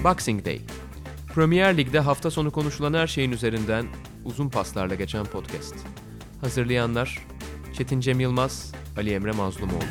Boxing Day. Premier Lig'de hafta sonu konuşulan her şeyin üzerinden uzun paslarla geçen podcast. Hazırlayanlar Çetin Cem Yılmaz, Ali Emre Mazlumoğlu.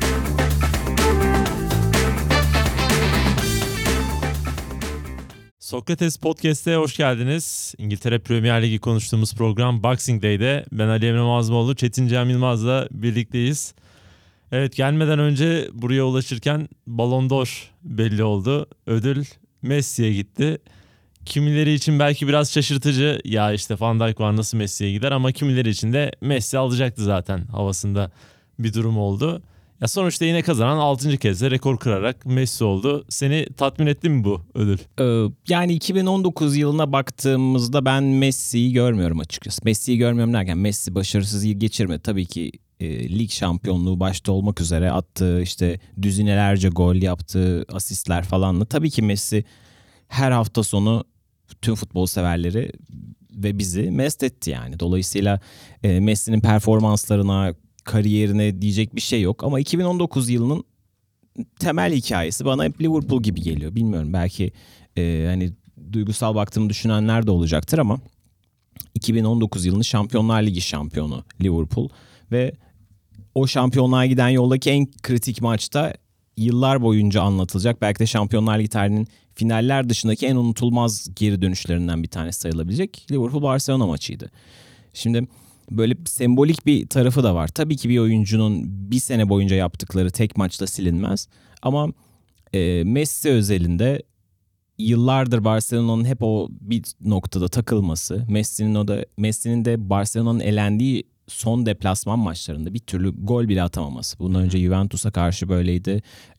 Sokrates Podcast'e hoş geldiniz. İngiltere Premier Ligi konuştuğumuz program Boxing Day'de ben Ali Emre Mazlumoğlu, Çetin Cem Yılmaz'la birlikteyiz. Evet, gelmeden önce buraya ulaşırken Ballon d'Or belli oldu. Ödül Messi'ye gitti. Kimileri için belki biraz şaşırtıcı, ya işte Van Dijk var nasıl Messi'ye gider, ama kimileri için de Messi alacaktı zaten havasında bir durum oldu. Ya sonuçta yine kazanan 6. kez de rekor kırarak Messi oldu. Seni tatmin etti mi bu ödül? Yani 2019 yılına baktığımızda ben Messi'yi görmüyorum açıkçası. Messi'yi görmüyorum derken Messi başarısız yıl geçirmedi. Tabii ki lig şampiyonluğu başta olmak üzere attığı işte düzinelerce gol yaptığı asistler falanla. Tabii ki Messi her hafta sonu tüm futbol severleri ve bizi mest etti yani. Dolayısıyla Messi'nin performanslarına, kariyerine diyecek bir şey yok. Ama 2019 yılının temel hikayesi bana hep Liverpool gibi geliyor. Bilmiyorum, belki hani duygusal baktığımı düşünenler de olacaktır ama 2019 yılının Şampiyonlar Ligi şampiyonu Liverpool ve o şampiyonluğa giden yoldaki en kritik maçta yıllar boyunca anlatılacak, belki de Şampiyonlar Ligi tarihinin finaller dışındaki en unutulmaz geri dönüşlerinden bir tanesi sayılabilecek Liverpool-Barcelona maçıydı. Şimdi böyle sembolik bir tarafı da var. Tabii ki bir oyuncunun bir sene boyunca yaptıkları tek maçta silinmez. Ama Messi özelinde yıllardır Barcelona'nın hep o bir noktada takılması, Messi'nin de Barcelona'nın elendiği son deplasman maçlarında bir türlü gol bile atamaması. Bundan önce Juventus'a karşı böyleydi.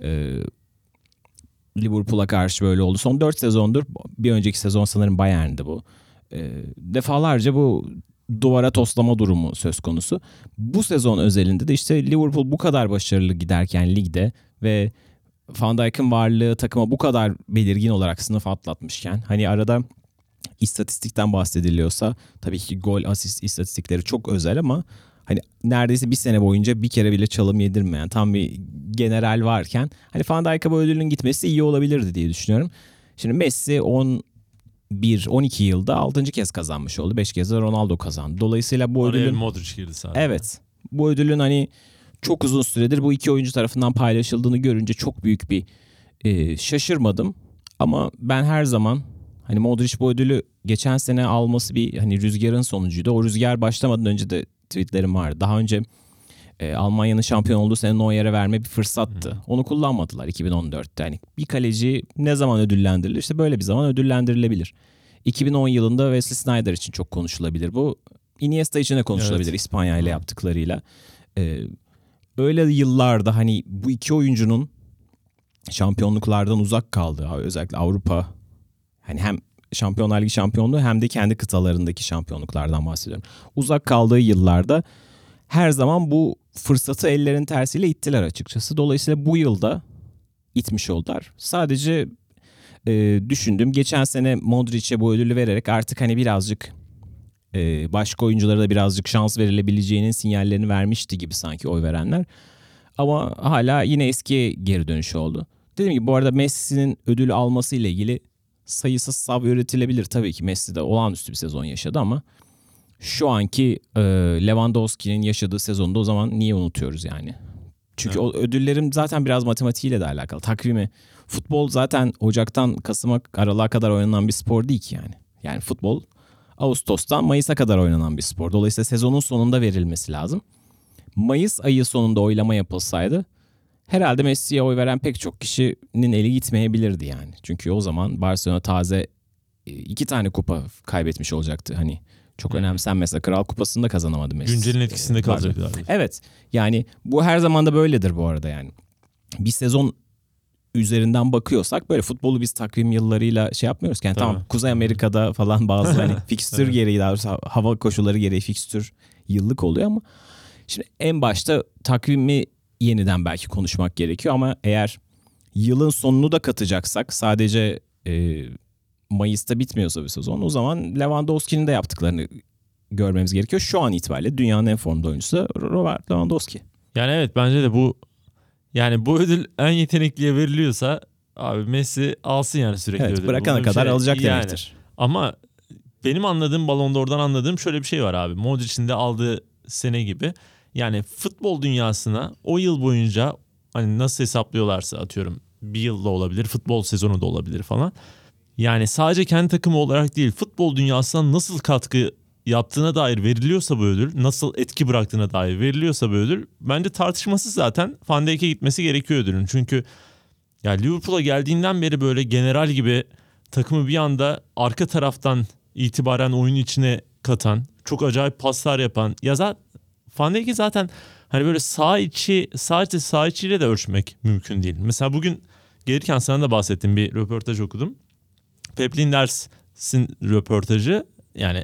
Liverpool'a karşı böyle oldu. Son 4 sezondur, bir önceki sezon sanırım Bayern'di bu. Defalarca bu duvara toslama durumu söz konusu. Bu sezon özelinde de işte Liverpool bu kadar başarılı giderken ligde ve Van Dijk'ın varlığı takıma bu kadar belirgin olarak sınıf atlatmışken, hani arada istatistikten bahsediliyorsa tabii ki gol asist istatistikleri çok özel ama hani neredeyse bir sene boyunca bir kere bile çalım yedirmeyen tam bir general varken hani Van Dijk'a bu ödülün gitmesi iyi olabilirdi diye düşünüyorum. Şimdi Messi 12 yılda 6. kez kazanmış oldu. 5 kez de Ronaldo kazandı. Dolayısıyla bu ödülün... Modric girdi sadece. Evet. Bu ödülün hani çok uzun süredir bu iki oyuncu tarafından paylaşıldığını görünce çok büyük bir şaşırmadım. Ama ben her zaman hani Modric bu ödülü geçen sene alması bir hani rüzgarın sonucuydu. O rüzgar başlamadan önce de tweetlerim vardı. Daha önce Almanya'nın şampiyon olduğu sene Neuer'e verme bir fırsattı. Onu kullanmadılar 2014'te. Yani bir kaleci ne zaman ödüllendirilir? İşte böyle bir zaman ödüllendirilebilir. 2010 yılında Wesley Sneijder için çok konuşulabilir. Bu Iniesta için de konuşulabilir, evet. İspanya ile yaptıklarıyla. Öyle yıllarda hani bu iki oyuncunun şampiyonluklardan uzak kaldığı, özellikle Avrupa, hani hem Şampiyonlar Ligi şampiyonluğu hem de kendi kıtalarındaki şampiyonluklardan bahsediyorum. Uzak kaldığı yıllarda her zaman bu fırsatı ellerin tersiyle ittiler açıkçası. Dolayısıyla bu yılda itmiş oldular. Sadece düşündüm, geçen sene Modric'e bu ödülü vererek artık hani birazcık başka oyunculara da birazcık şans verilebileceğinin sinyallerini vermişti gibi sanki oy verenler. Ama hala yine eskiye geri dönüş oldu. Dediğim gibi bu arada Messi'nin ödül alması ile ilgili sayısız sav üretilebilir. Tabii ki Messi de olağanüstü bir sezon yaşadı ama şu anki Lewandowski'nin yaşadığı sezonda o zaman niye unutuyoruz yani? Çünkü evet. O ödüllerin zaten biraz matematiğiyle de alakalı. Takvimi. Futbol zaten Ocak'tan Kasım'a, Aralık'a kadar oynanan bir spor değil ki yani. Yani futbol Ağustos'tan Mayıs'a kadar oynanan bir spor. Dolayısıyla sezonun sonunda verilmesi lazım. Mayıs ayı sonunda oylama yapılsaydı herhalde Messi'ye oy veren pek çok kişinin eli gitmeyebilirdi yani. Çünkü o zaman Barcelona taze 2 tane kupa kaybetmiş olacaktı. Hani çok önemsenmese Kral Kupası'nda kazanamadı Messi. Güncelin etkisinde kalacaklar. Evet. Yani bu her zaman da böyledir bu arada yani. Bir sezon üzerinden bakıyorsak böyle futbolu biz takvim yıllarıyla şey yapmıyoruz ki. Yani tamam, Kuzey Amerika'da falan bazı hani fikstür gereği, daha doğrusu hava koşulları gereği fikstür yıllık oluyor ama şimdi en başta takvimi yeniden belki konuşmak gerekiyor ama eğer yılın sonunu da katacaksak, sadece Mayıs'ta bitmiyorsa bir sezon, o zaman Lewandowski'nin de yaptıklarını görmemiz gerekiyor. Şu an itibariyle dünyanın en formda oyuncusu Robert Lewandowski. Yani evet, bence de bu, yani bu ödül en yetenekliye veriliyorsa abi Messi alsın yani sürekli Evet, ödülü. bırakana Bunda bir kadar alacak yani. demektir. Ama benim anladığım, Ballon d'Or'dan anladığım şöyle bir şey var abi. Modric'in de aldığı sene gibi. Yani futbol dünyasına o yıl boyunca hani nasıl hesaplıyorlarsa, atıyorum bir yılda olabilir, futbol sezonu da olabilir falan. Yani sadece kendi takımı olarak değil, futbol dünyasına nasıl katkı yaptığına dair veriliyorsa bu ödül, nasıl etki bıraktığına dair veriliyorsa bu ödül, bence tartışmasız zaten Van Dijk'e gitmesi gerekiyor ödülün. Çünkü ya Liverpool'a geldiğinden beri böyle general gibi takımı bir anda arka taraftan itibaren oyun içine katan, çok acayip paslar yapan. Ya zaten Van Dijk'i zaten hani böyle sadece sağ içiyle de ölçmek mümkün değil. Mesela bugün gelirken sana da bahsettiğim bir röportaj okudum. Pep Lijnders''in röportajı, yani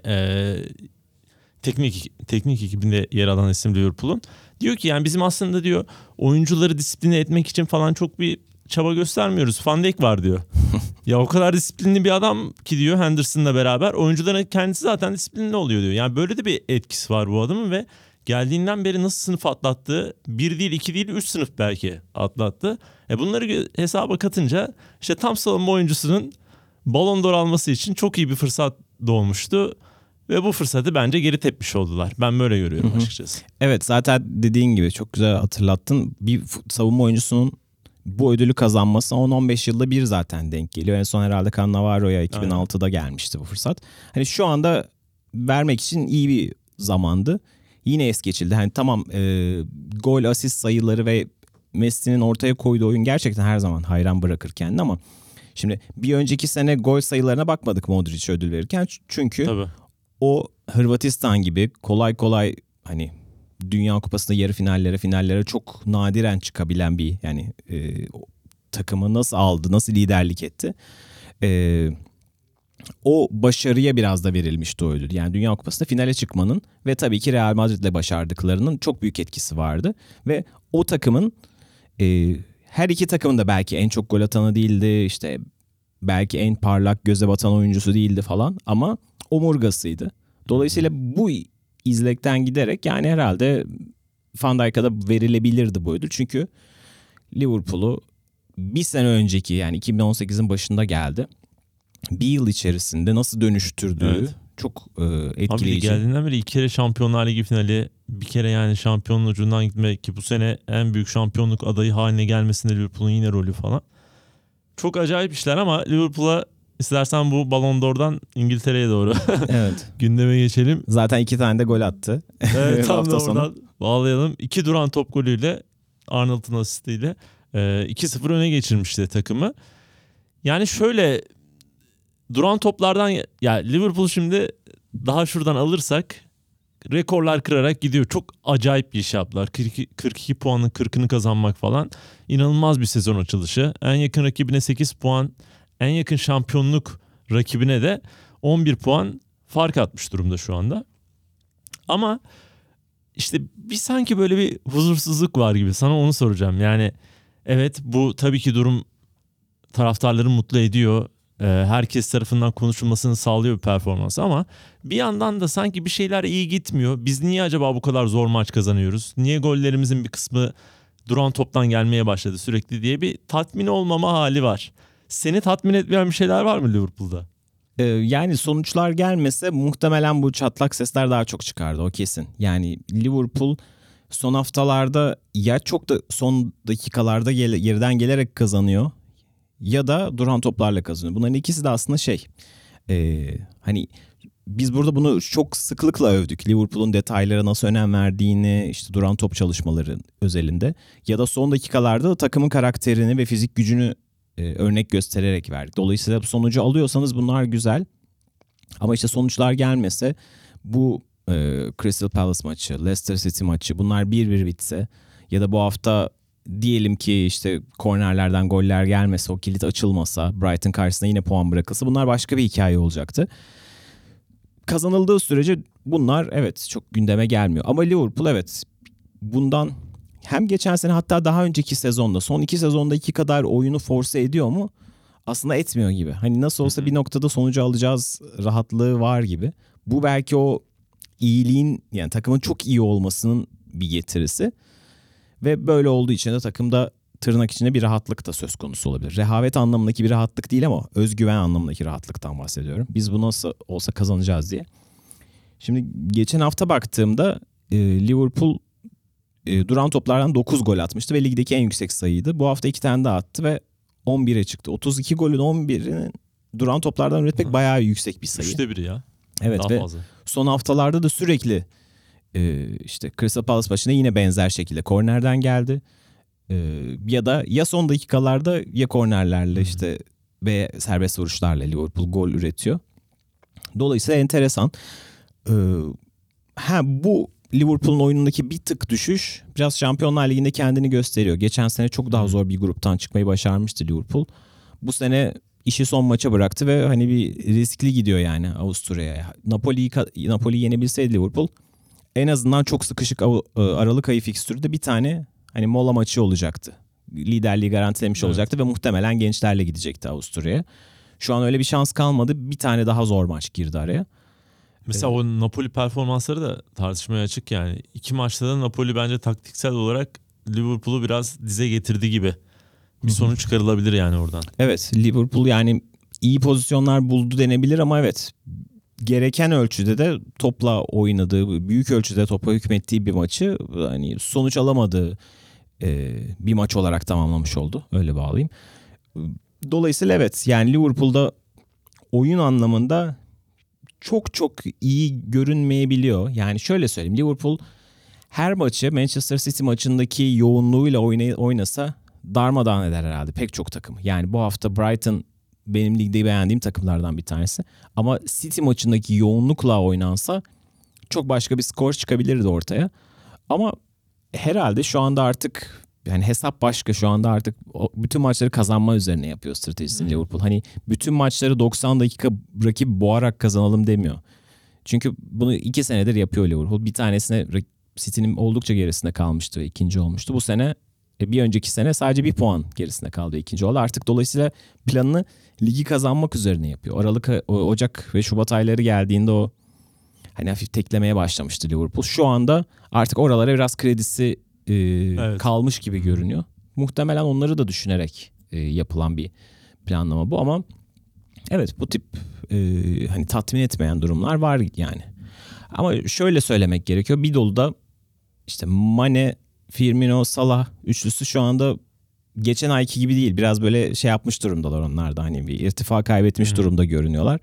teknik ekibinde yer alan isim Liverpool'un. Diyor ki yani bizim aslında diyor oyuncuları disipline etmek için falan çok bir çaba göstermiyoruz. Van Dijk var diyor. Ya o kadar disiplinli bir adam ki diyor, Henderson'la beraber oyuncuların kendisi zaten disiplinli oluyor diyor. Yani böyle de bir etkisi var bu adamın ve geldiğinden beri nasıl sınıf atlattı? 1 değil, 2 değil, 3 sınıf belki atlattı. Bunları hesaba katınca işte tam savunma oyuncusunun Ballon d'Or alması için çok iyi bir fırsat doğmuştu. Ve bu fırsatı bence geri tepmiş oldular. Ben böyle görüyorum açıkçası. Evet, zaten dediğin gibi çok güzel hatırlattın. Bir savunma oyuncusunun bu ödülü kazanması 10-15 yılda bir zaten denk geliyor. En son herhalde Cannavaro'ya 2006'da gelmişti bu fırsat. Hani şu anda vermek için iyi bir zamandı. Yine es geçildi. Hani tamam, gol, asist sayıları ve Messi'nin ortaya koyduğu oyun gerçekten her zaman hayran bırakır kendini, ama şimdi bir önceki sene gol sayılarına bakmadık Modric ödül verirken. Çünkü Tabii. o Hırvatistan gibi kolay kolay hani Dünya Kupası'nda yarı finallere çok nadiren çıkabilen bir yani takımı nasıl aldı, nasıl liderlik etti. O başarıya biraz da verilmişti o ödül. Yani Dünya Kupası'nda finale çıkmanın ve tabii ki Real Madrid'le başardıklarının çok büyük etkisi vardı. Ve o takımın her iki takımın da belki en çok gol atanı değildi, işte belki en parlak göze batan oyuncusu değildi falan, ama omurgasıydı. Dolayısıyla bu izlekten giderek yani herhalde Van Dijk'a da verilebilirdi bu ödül. Çünkü Liverpool'u bir sene önceki, yani 2018'in başında geldi. Bir yıl içerisinde nasıl dönüştürdüğü çok etkileyici. Abi geldiğinden beri 2 kere Şampiyonlar Ligi finali, bir kere yani şampiyonun ucundan gitmek, ki bu sene en büyük şampiyonluk adayı haline gelmesinde Liverpool'un yine rolü falan. Çok acayip işler, ama Liverpool'a istersen bu Ballon d'Or'dan İngiltere'ye doğru Evet. gündeme geçelim. Zaten 2 tane de gol attı. Evet, tam da hafta sonu. oradan bağlayalım. 2 duran top golüyle, Arnold'un asistiyle 2-0 öne geçirmişti takımı. Yani şöyle duran toplardan, ya Liverpool şimdi daha şuradan alırsak rekorlar kırarak gidiyor. Çok acayip bir iş yaptılar. 42 puanın 40'ını kazanmak falan. İnanılmaz bir sezon açılışı. En yakın rakibine 8 puan, en yakın şampiyonluk rakibine de 11 puan fark atmış durumda şu anda. Ama işte bir sanki böyle bir huzursuzluk var gibi. Sana onu soracağım. Yani evet, bu tabii ki durum taraftarları mutlu ediyor. Herkes tarafından konuşulmasını sağlıyor bir performans, ama bir yandan da sanki bir şeyler iyi gitmiyor. Biz niye acaba bu kadar zor maç kazanıyoruz? Niye gollerimizin bir kısmı duran toptan gelmeye başladı sürekli diye bir tatmin olmama hali var. Seni tatmin etmeyen bir şeyler var mı Liverpool'da? Yani sonuçlar gelmese muhtemelen bu çatlak sesler daha çok çıkardı, o kesin. Yani Liverpool son haftalarda ya çok da son dakikalarda geriden gelerek kazanıyor ya da duran toplarla kazanıyor. Bunların ikisi de aslında hani biz burada bunu çok sıklıkla övdük. Liverpool'un detaylara nasıl önem verdiğini, işte duran top çalışmaları özelinde, ya da son dakikalarda takımın karakterini ve fizik gücünü örnek göstererek verdik. Dolayısıyla bu sonucu alıyorsanız bunlar güzel. Ama işte sonuçlar gelmese, bu Crystal Palace maçı, Leicester City maçı, bunlar 1-1 bitse ya da bu hafta diyelim ki işte kornerlerden goller gelmese, o kilit açılmasa, Brighton karşısında yine puan bırakılsa, bunlar başka bir hikaye olacaktı. Kazanıldığı sürece bunlar evet çok gündeme gelmiyor. Ama Liverpool evet bundan hem geçen sene, hatta daha önceki sezonda, son 2 sezondaki kadar oyunu force ediyor mu? Aslında etmiyor gibi. Hani nasıl olsa bir noktada sonucu alacağız rahatlığı var gibi. Bu belki o iyiliğin, yani takımın çok iyi olmasının bir getirisi. Ve böyle olduğu için de takımda tırnak içinde bir rahatlık da söz konusu olabilir. Rehavet anlamındaki bir rahatlık değil ama özgüven anlamındaki rahatlıktan bahsediyorum. Biz bu nasıl olsa kazanacağız diye. Şimdi geçen hafta baktığımda Liverpool duran toplardan 9 gol atmıştı ve ligdeki en yüksek sayıydı. Bu hafta 2 tane daha attı ve 11'e çıktı. 32 golün 11'inin duran toplardan üretmek bayağı yüksek bir sayı. 1/3 ya. Evet Daha ve fazla. son haftalarda da sürekli işte Crystal Palace başına yine benzer şekilde kornerden geldi. Ya son dakikalarda ya kornerlerle işte ve serbest vuruşlarla Liverpool gol üretiyor. Dolayısıyla enteresan. Bu Liverpool'un oyunundaki bir tık düşüş biraz Şampiyonlar Ligi'nde kendini gösteriyor. Geçen sene çok daha zor bir gruptan çıkmayı başarmıştı Liverpool. Bu sene işi son maça bıraktı ve hani bir riskli gidiyor yani Avusturya'ya. Napoli'yi yenebilseydi Liverpool en azından çok sıkışık Aralık ayı fikstürde bir tane hani mola maçı olacaktı. Liderliği garantilemiş olacaktı ve muhtemelen gençlerle gidecekti Avusturya'ya. Şu an öyle bir şans kalmadı. Bir tane daha zor maç girdi araya. Mesela o Napoli performansları da tartışmaya açık yani. 2 maçta da Napoli bence taktiksel olarak Liverpool'u biraz dize getirdi gibi. Bir sonuç çıkarılabilir yani oradan. Evet, Liverpool yani iyi pozisyonlar buldu denebilir ama evet gereken ölçüde de topla oynadığı, büyük ölçüde topa hükmettiği bir maçı hani sonuç alamadığı bir maç olarak tamamlamış oldu. Öyle bağlayayım. Dolayısıyla evet yani Liverpool'da oyun anlamında çok iyi görünmeyebiliyor. Yani şöyle söyleyeyim, Liverpool her maçı Manchester City maçındaki yoğunluğuyla oynasa darmadağın eder herhalde pek çok takım. Yani bu hafta Brighton benim ligde beğendiğim takımlardan bir tanesi. Ama City maçındaki yoğunlukla oynansa çok başka bir skor çıkabilirdi ortaya. Ama herhalde şu anda artık yani hesap başka, şu anda artık bütün maçları kazanma üzerine yapıyor stratejisini Liverpool. Hani bütün maçları 90 dakika rakip boğarak kazanalım demiyor. Çünkü bunu 2 senedir yapıyor Liverpool. Bir tanesine City'nin oldukça gerisinde kalmıştı ve ikinci olmuştu. Bu sene bir önceki sene sadece 1 puan gerisinde kaldı, ikinci oldu. Artık dolayısıyla planını ligi kazanmak üzerine yapıyor. Ocak ve Şubat ayları geldiğinde o hani hafif teklemeye başlamıştı Liverpool. Şu anda artık oralara biraz kredisi evet, kalmış gibi görünüyor. Muhtemelen onları da düşünerek yapılan bir planlama bu ama evet bu tip hani tatmin etmeyen durumlar var yani. Ama şöyle söylemek gerekiyor. Bir doluda işte Mane, Firmino, Salah üçlüsü şu anda geçen ayki gibi değil. Biraz böyle şey yapmış durumdalar onlar da, hani bir irtifa kaybetmiş durumda görünüyorlar.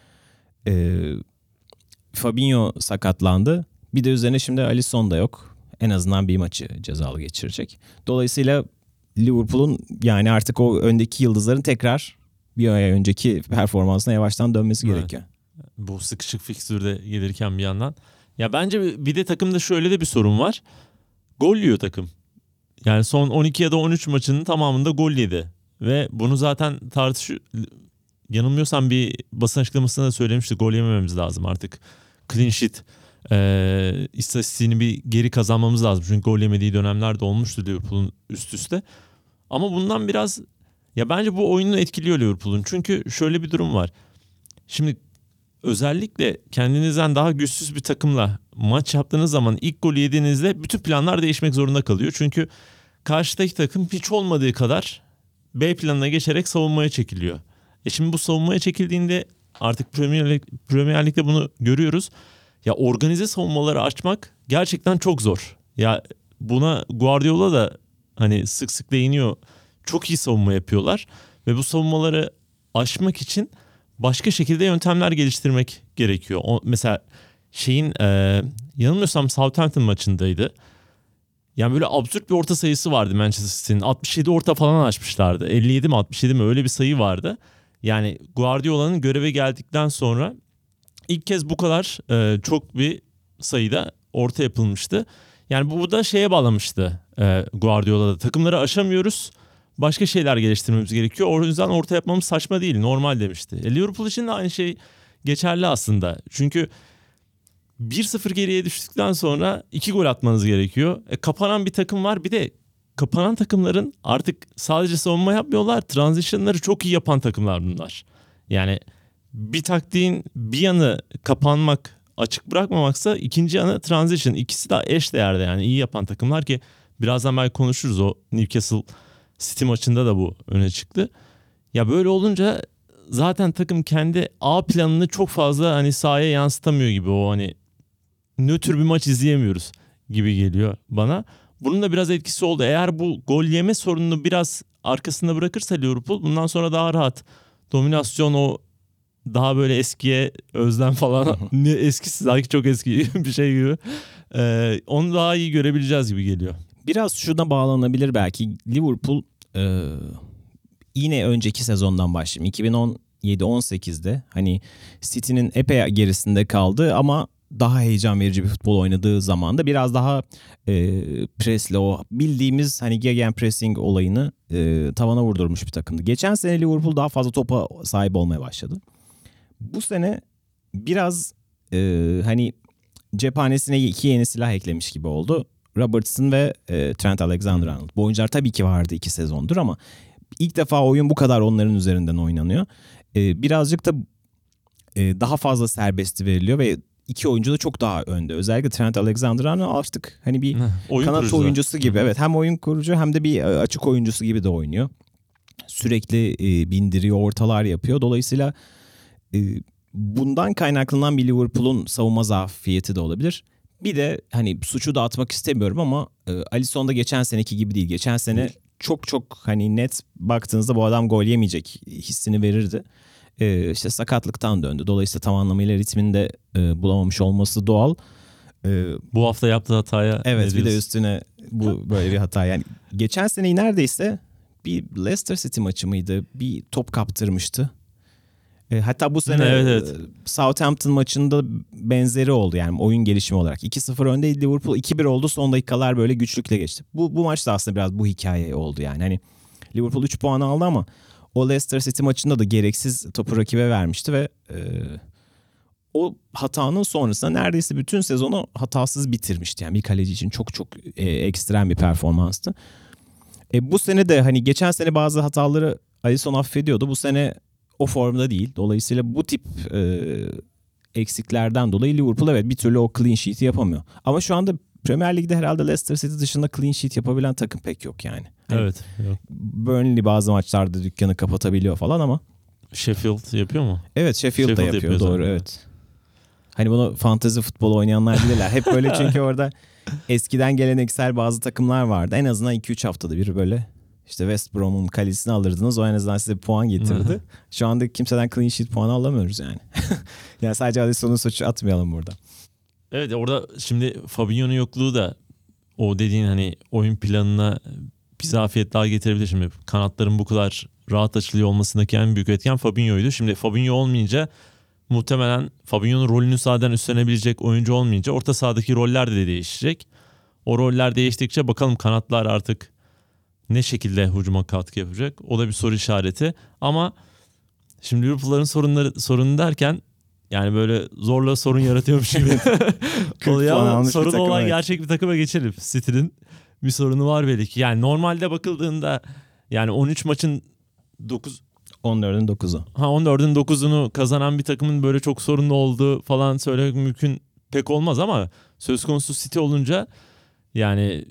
Fabinho sakatlandı. Bir de üzerine şimdi Alisson da yok. En azından bir maçı cezalı geçirecek. Dolayısıyla Liverpool'un yani artık o öndeki yıldızların tekrar bir ay önceki performansına yavaştan dönmesi gerekiyor. Bu sıkışık fikstürde gelirken bir yandan. Ya bence bir de takımda şöyle de bir sorun var. Gol yiyor takım. Yani son 12 ya da 13 maçının tamamında gol yedi. Ve bunu zaten yanılmıyorsam bir basın açıklamasında da söylemişti. Gol yemememiz lazım artık. Clean sheet istatistiğini bir geri kazanmamız lazım. Çünkü gol yemediği dönemler de olmuştu Liverpool'un üst üste. Ama bundan biraz ya bence bu oyunu etkiliyor Liverpool'un. Çünkü şöyle bir durum var. Şimdi özellikle kendinizden daha güçsüz bir takımla maç yaptığınız zaman ilk golü yediğinizde bütün planlar değişmek zorunda kalıyor. Çünkü karşıdaki takım hiç olmadığı kadar B planına geçerek savunmaya çekiliyor. Şimdi bu savunmaya çekildiğinde artık Premier Lig'de bunu görüyoruz. Ya organize savunmaları açmak gerçekten çok zor. Ya buna Guardiola da hani sık sık değiniyor. Çok iyi savunma yapıyorlar ve bu savunmaları aşmak için başka şekilde yöntemler geliştirmek gerekiyor. Mesela yanılmıyorsam Southampton maçındaydı. Yani böyle absürt bir orta sayısı vardı Manchester City'nin. 67 orta falan açmışlardı. 57 mi 67 mi öyle bir sayı vardı. Yani Guardiola'nın göreve geldikten sonra ilk kez bu kadar çok bir sayıda orta yapılmıştı. Yani bu da şeye bağlamıştı Guardiola'da. Takımları aşamıyoruz. Başka şeyler geliştirmemiz gerekiyor. O yüzden orta yapmamız saçma değil, normal demişti. Liverpool için de aynı şey geçerli aslında. Çünkü 1-0 geriye düştükten sonra 2 gol atmanız gerekiyor. Kapanan bir takım var. Bir de kapanan takımların artık sadece savunma yapmıyorlar. Transition'ları çok iyi yapan takımlar bunlar. Yani bir taktiğin bir yanı kapanmak, açık bırakmamaksa ikinci yanı transition. İkisi de eş değerde yani iyi yapan takımlar ki birazdan belki konuşuruz o Newcastle City maçında da bu öne çıktı. Ya böyle olunca zaten takım kendi A planını çok fazla hani sahaya yansıtamıyor gibi, o hani nötr bir maç izleyemiyoruz gibi geliyor bana. Bunun da biraz etkisi oldu. Eğer bu gol yeme sorununu biraz arkasında bırakırsa Liverpool, bundan sonra daha rahat dominasyon, o daha böyle eskiye özlem falan ne eskisi, sanki çok eski bir şey gibi. Onu daha iyi görebileceğiz gibi geliyor. Biraz şuna bağlanabilir belki. Liverpool yine önceki sezondan başlayayım. 2017-18'de hani City'nin epey gerisinde kaldı ama daha heyecan verici bir futbol oynadığı zaman da biraz daha presle, o bildiğimiz hani gegenpressing olayını tavana vurdurmuş bir takımdı. Geçen sene Liverpool daha fazla topa sahip olmaya başladı. Bu sene biraz hani cephanesine 2 yeni silah eklemiş gibi oldu. Robertson ve Trent Alexander-Arnold. Bu oyuncular tabii ki vardı 2 sezondur ama ilk defa oyun bu kadar onların üzerinden oynanıyor. Birazcık da daha fazla serbesti veriliyor ve 2 oyuncu da çok daha önde. Özellikle Trent Alexander-Arnold artık hani bir kanat oyuncusu gibi. Evet, hem oyun kurucu hem de bir açık oyuncusu gibi de oynuyor. Sürekli bindiriyor, ortalar yapıyor. Dolayısıyla bundan kaynaklanan bir Liverpool'un savunma zafiyeti de olabilir. Bir de hani suçu dağıtmak istemiyorum ama Alisson da geçen seneki gibi değil. Geçen sene çok hani net baktığınızda bu adam gol yemeyecek hissini verirdi. İşte sakatlıktan döndü. Dolayısıyla tam anlamıyla ritmini de bulamamış olması doğal. Bu hafta yaptığı hataya evet, bir de üstüne bu böyle bir hata. Yani geçen seneyi neredeyse bir Leicester City maçı mıydı? Bir top kaptırmıştı. Hatta bu sene evet. Southampton maçında benzeri oldu yani oyun gelişimi olarak. 2-0 öndeydi Liverpool, 2-1 oldu, son dakikalar böyle güçlükle geçti. Bu maç da aslında biraz bu hikaye oldu yani. Hani Liverpool 3 puan aldı ama o Leicester City maçında da gereksiz topu rakibe vermişti ve o hatanın sonrasında neredeyse bütün sezonu hatasız bitirmişti. Yani bir kaleci için çok ekstrem bir performanstı. Bu sene de hani geçen sene bazı hataları Alisson affediyordu. Bu sene o formda değil. Dolayısıyla bu tip eksiklerden dolayı Liverpool evet bir türlü o clean sheet'i yapamıyor. Ama şu anda Premier Lig'de herhalde Leicester City dışında clean sheet yapabilen takım pek yok yani. Hani evet. Yok. Burnley bazı maçlarda dükkanı kapatabiliyor falan ama. Sheffield yapıyor mu? Evet, Sheffield da yapıyor doğru zaten. evet. Hani bunu fantezi futbol oynayanlar bilirler. Hep böyle çünkü orada eskiden geleneksel bazı takımlar vardı. En azından 2-3 haftada bir böyle işte West Brom'un kalesini alırdınız. O en azından size puan getirdi. Şu anda kimseden clean sheet puanı alamıyoruz yani. Yani sadece Alisson'un suçu atmayalım burada. Evet, orada şimdi Fabinho'nun yokluğu da o dediğin hani oyun planına bir zafiyet daha getirebilir. Şimdi kanatların bu kadar rahat açılıyor olmasındaki en büyük etken Fabinho'ydu. Şimdi Fabinho olmayınca muhtemelen Fabinho'nun rolünü sahadan üstlenebilecek oyuncu olmayınca orta sahadaki roller de değişecek. O roller değiştikçe bakalım kanatlar artık ne şekilde hücuma katkı yapacak? O da bir soru işareti. Ama şimdi Liverpool'ların sorunu derken yani böyle zorla sorun yaratıyormuş gibi. Sorunu olan evet. gerçek bir takıma geçelim. City'nin bir sorunu var belli ki. Yani normalde bakıldığında yani 13 maçın 14'ün 9'u. 14'ün 9'unu kazanan bir takımın böyle çok sorunlu olduğu falan söylemek mümkün pek olmaz ama söz konusu City olunca yani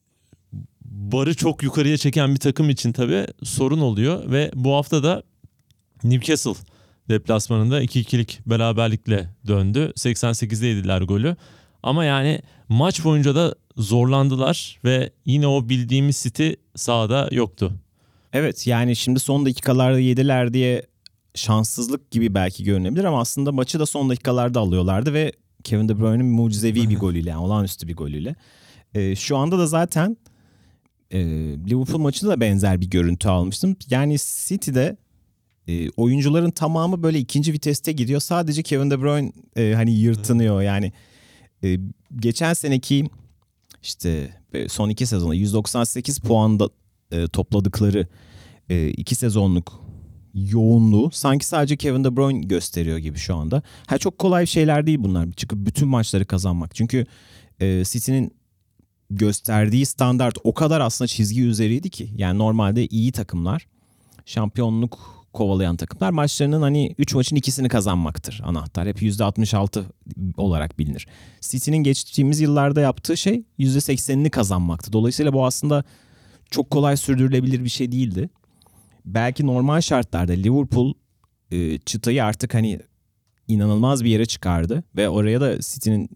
barı çok yukarıya çeken bir takım için tabii sorun oluyor ve bu hafta da Newcastle deplasmanında 2-2'lik beraberlikle döndü. 88'de yediler golü. Ama yani maç boyunca da zorlandılar ve yine o bildiğimiz City sahada yoktu. Evet, yani şimdi son dakikalarda yediler diye şanssızlık gibi belki görünebilir ama aslında maçı da son dakikalarda alıyorlardı ve Kevin De Bruyne'in mucizevi bir golüyle, yani olağanüstü bir golüyle. Şu anda da zaten Liverpool maçında da benzer bir görüntü almıştım. Yani City'de oyuncuların tamamı böyle ikinci viteste gidiyor. Sadece Kevin De Bruyne hani yırtınıyor. Yani geçen seneki işte son 2 sezonda 198 puanda topladıkları 2 sezonluk yoğunluğu sanki sadece Kevin De Bruyne gösteriyor gibi şu anda. Çok kolay şeyler değil bunlar. Çıkıp bütün maçları kazanmak. Çünkü City'nin gösterdiği standart o kadar aslında çizgi üzeriydi ki. Yani normalde iyi takımlar, şampiyonluk kovalayan takımlar maçlarının hani 3 maçın 2'sini kazanmaktır anahtar. Hep %66 olarak bilinir. City'nin geçtiğimiz yıllarda yaptığı şey %80'ini kazanmaktı. Dolayısıyla bu aslında çok kolay sürdürülebilir bir şey değildi. Belki normal şartlarda Liverpool çıtayı artık hani inanılmaz bir yere çıkardı ve oraya da City'nin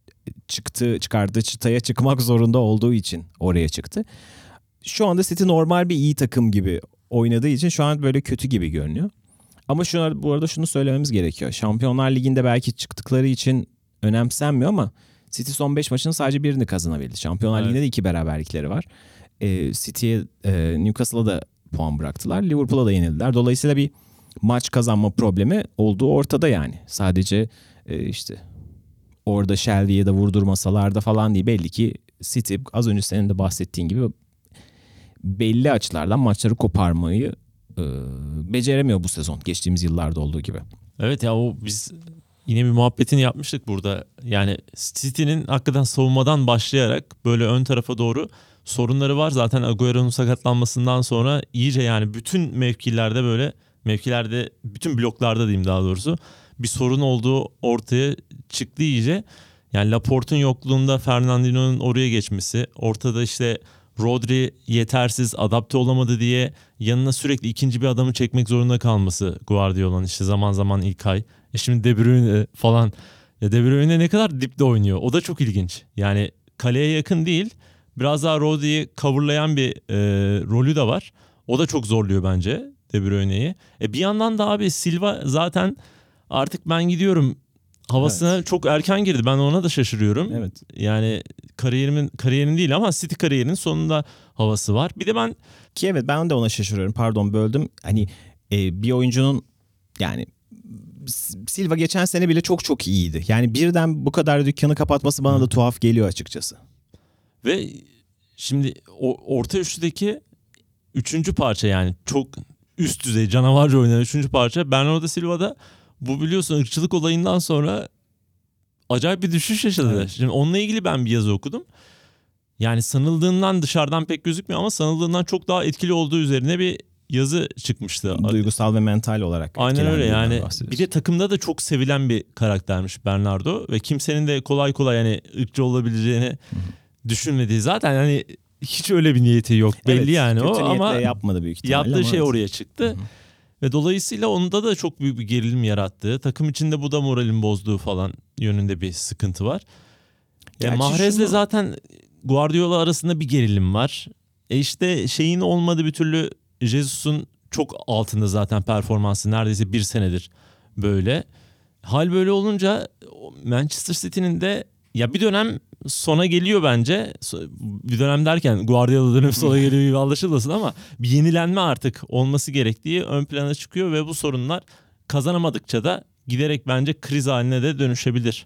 çıkardığı çıtaya çıkmak zorunda olduğu için oraya çıktı. Şu anda City normal bir iyi takım gibi oynadığı için şu an böyle kötü gibi görünüyor. Ama bu arada şunu söylememiz gerekiyor. Şampiyonlar Ligi'nde belki çıktıkları için önemsenmiyor ama City son 5 maçının sadece birini kazanabildi. Şampiyonlar Ligi'nde de 2 beraberlikleri var. City'ye, Newcastle'a da puan bıraktılar. Liverpool'a da yenildiler. Dolayısıyla bir maç kazanma problemi olduğu ortada yani. Sadece işte orada Shelby'ye de vurdurmasalar da falan değil. Belli ki City az önce senin de bahsettiğin gibi belli açılardan maçları koparmayı beceremiyor bu sezon. Geçtiğimiz yıllarda olduğu gibi. Evet ya, o biz yine bir muhabbetini yapmıştık burada. Yani City'nin hakikaten savunmadan başlayarak böyle ön tarafa doğru sorunları var. Zaten Agüero'nun sakatlanmasından sonra iyice yani bütün mevkilerde bütün bloklarda diyeyim daha doğrusu bir sorun olduğu ortaya çıktı iyice. Yani Laporte'un yokluğunda Fernandinho'nun oraya geçmesi, ortada işte Rodri yetersiz, adapte olamadı diye yanına sürekli ikinci bir adamı çekmek zorunda kalması Guardiola'nın, işte zaman zaman İlkay. Şimdi De Bruyne falan. Ya De Bruyne ne kadar dipte oynuyor. O da çok ilginç. Yani kaleye yakın değil. Biraz daha Rodri'yi coverlayan bir rolü de var. O da çok zorluyor bence De Bruyne'yi. Bir yandan da abi Silva zaten artık ben gidiyorum havasına çok erken girdi. Ben ona da şaşırıyorum. Evet. Yani kariyerin değil ama City kariyerinin sonunda havası var. Bir de evet, ben de ona şaşırıyorum. Pardon, böldüm. Hani bir oyuncunun yani Silva geçen sene bile çok çok iyiydi. Yani birden bu kadar dükkanı kapatması bana da tuhaf geliyor açıkçası. Ve şimdi orta üçlüdeki üçüncü parça, yani çok üst düzey canavarca oynayan üçüncü parça Bernardo Silva'da, bu biliyorsun ırkçılık olayından sonra acayip bir düşüş yaşadı. Evet. Şimdi onunla ilgili ben bir yazı okudum. Yani sanıldığından dışarıdan pek gözükmüyor ama sanıldığından çok daha etkili olduğu üzerine bir yazı çıkmıştı. Duygusal ve mental olarak. Aynen öyle yani. bahsediyorsun. Bir de takımda da çok sevilen bir karaktermiş Bernardo ve kimsenin de kolay kolay yani ırkçı olabileceğini düşünmediği, zaten hani hiç öyle bir niyeti yok belli Evet, yani kötü o, ama niyetle yapmadı büyük ihtimalle. yaptığı şey evet. oraya çıktı. Hı-hı. Ve dolayısıyla onda da çok büyük bir gerilim yarattığı, takım içinde bu da moralin bozduğu falan yönünde bir sıkıntı var. Mahrez'le zaten Guardiola arasında bir gerilim var. İşte şeyin olmadı bir türlü, Jesus'un çok altında zaten performansı, neredeyse bir senedir böyle. Hal böyle olunca Manchester City'nin de ya bir dönem sona geliyor bence. Bir dönem derken Guardiola dönemi sona geliyor gibi anlaşılmasın ama bir yenilenme artık olması gerektiği ön plana çıkıyor ve bu sorunlar kazanamadıkça da giderek bence kriz haline de dönüşebilir.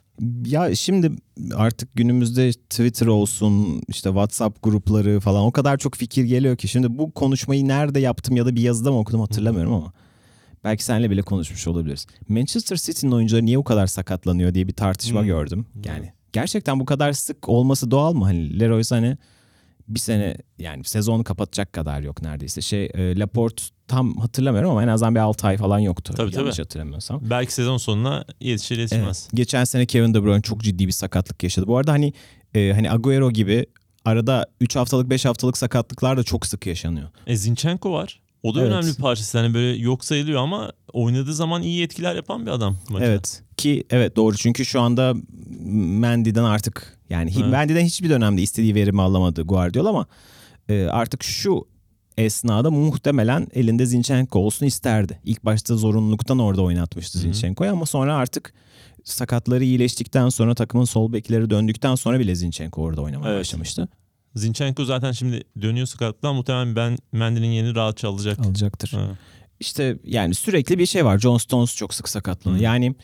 Ya şimdi artık günümüzde Twitter olsun, işte WhatsApp grupları falan, o kadar çok fikir geliyor ki. Şimdi bu konuşmayı nerede yaptım ya da bir yazıda mı okudum hatırlamıyorum ama belki seninle bile konuşmuş olabiliriz. Manchester City'nin oyuncuları niye bu kadar sakatlanıyor diye bir tartışma gördüm. Yani gerçekten bu kadar sık olması doğal mı? Hani Leroy Sané bir sene, yani sezonu kapatacak kadar yok neredeyse. Laporte tam hatırlamıyorum ama en azından bir 6 ay falan yoktu. Tabii, yanlış hatırlamıyorsam. Belki sezon sonuna yetişir yetişmez. Evet. Geçen sene Kevin De Bruyne çok ciddi bir sakatlık yaşadı. Bu arada hani Agüero gibi arada 3 haftalık 5 haftalık sakatlıklar da çok sık yaşanıyor. Zinchenko var. O da Evet. önemli bir parçası. Hani böyle yok sayılıyor ama oynadığı zaman iyi etkiler yapan bir adam maça. Evet. Ki evet, doğru, çünkü şu anda Mendy'den artık yani Evet. Mendy'den hiçbir dönemde istediği verimi alamadı Guardiola ama artık şu esnada muhtemelen elinde Zinchenko olsun isterdi. İlk başta zorunluluktan orada oynatmıştı Zinchenko'yu ama sonra artık sakatları iyileştikten sonra, takımın sol bekleri döndükten sonra bile Zinchenko orada oynamaya başlamıştı. Zinchenko zaten şimdi dönüyor sakatlıktan, muhtemelen Mendy'nin yerini rahatça Alacaktır. Ha. İşte yani sürekli bir şey var. John Stones çok sık sakatlanıyor. Yani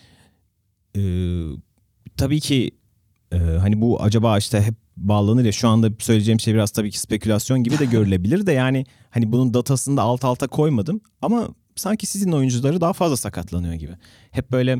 tabii ki hani bu acaba işte hep bağlanır ya, şu anda söyleyeceğim şey biraz tabii ki spekülasyon gibi de görülebilir de yani hani bunun datasını da alt alta koymadım ama sanki sizin oyuncuları daha fazla sakatlanıyor gibi. Hep böyle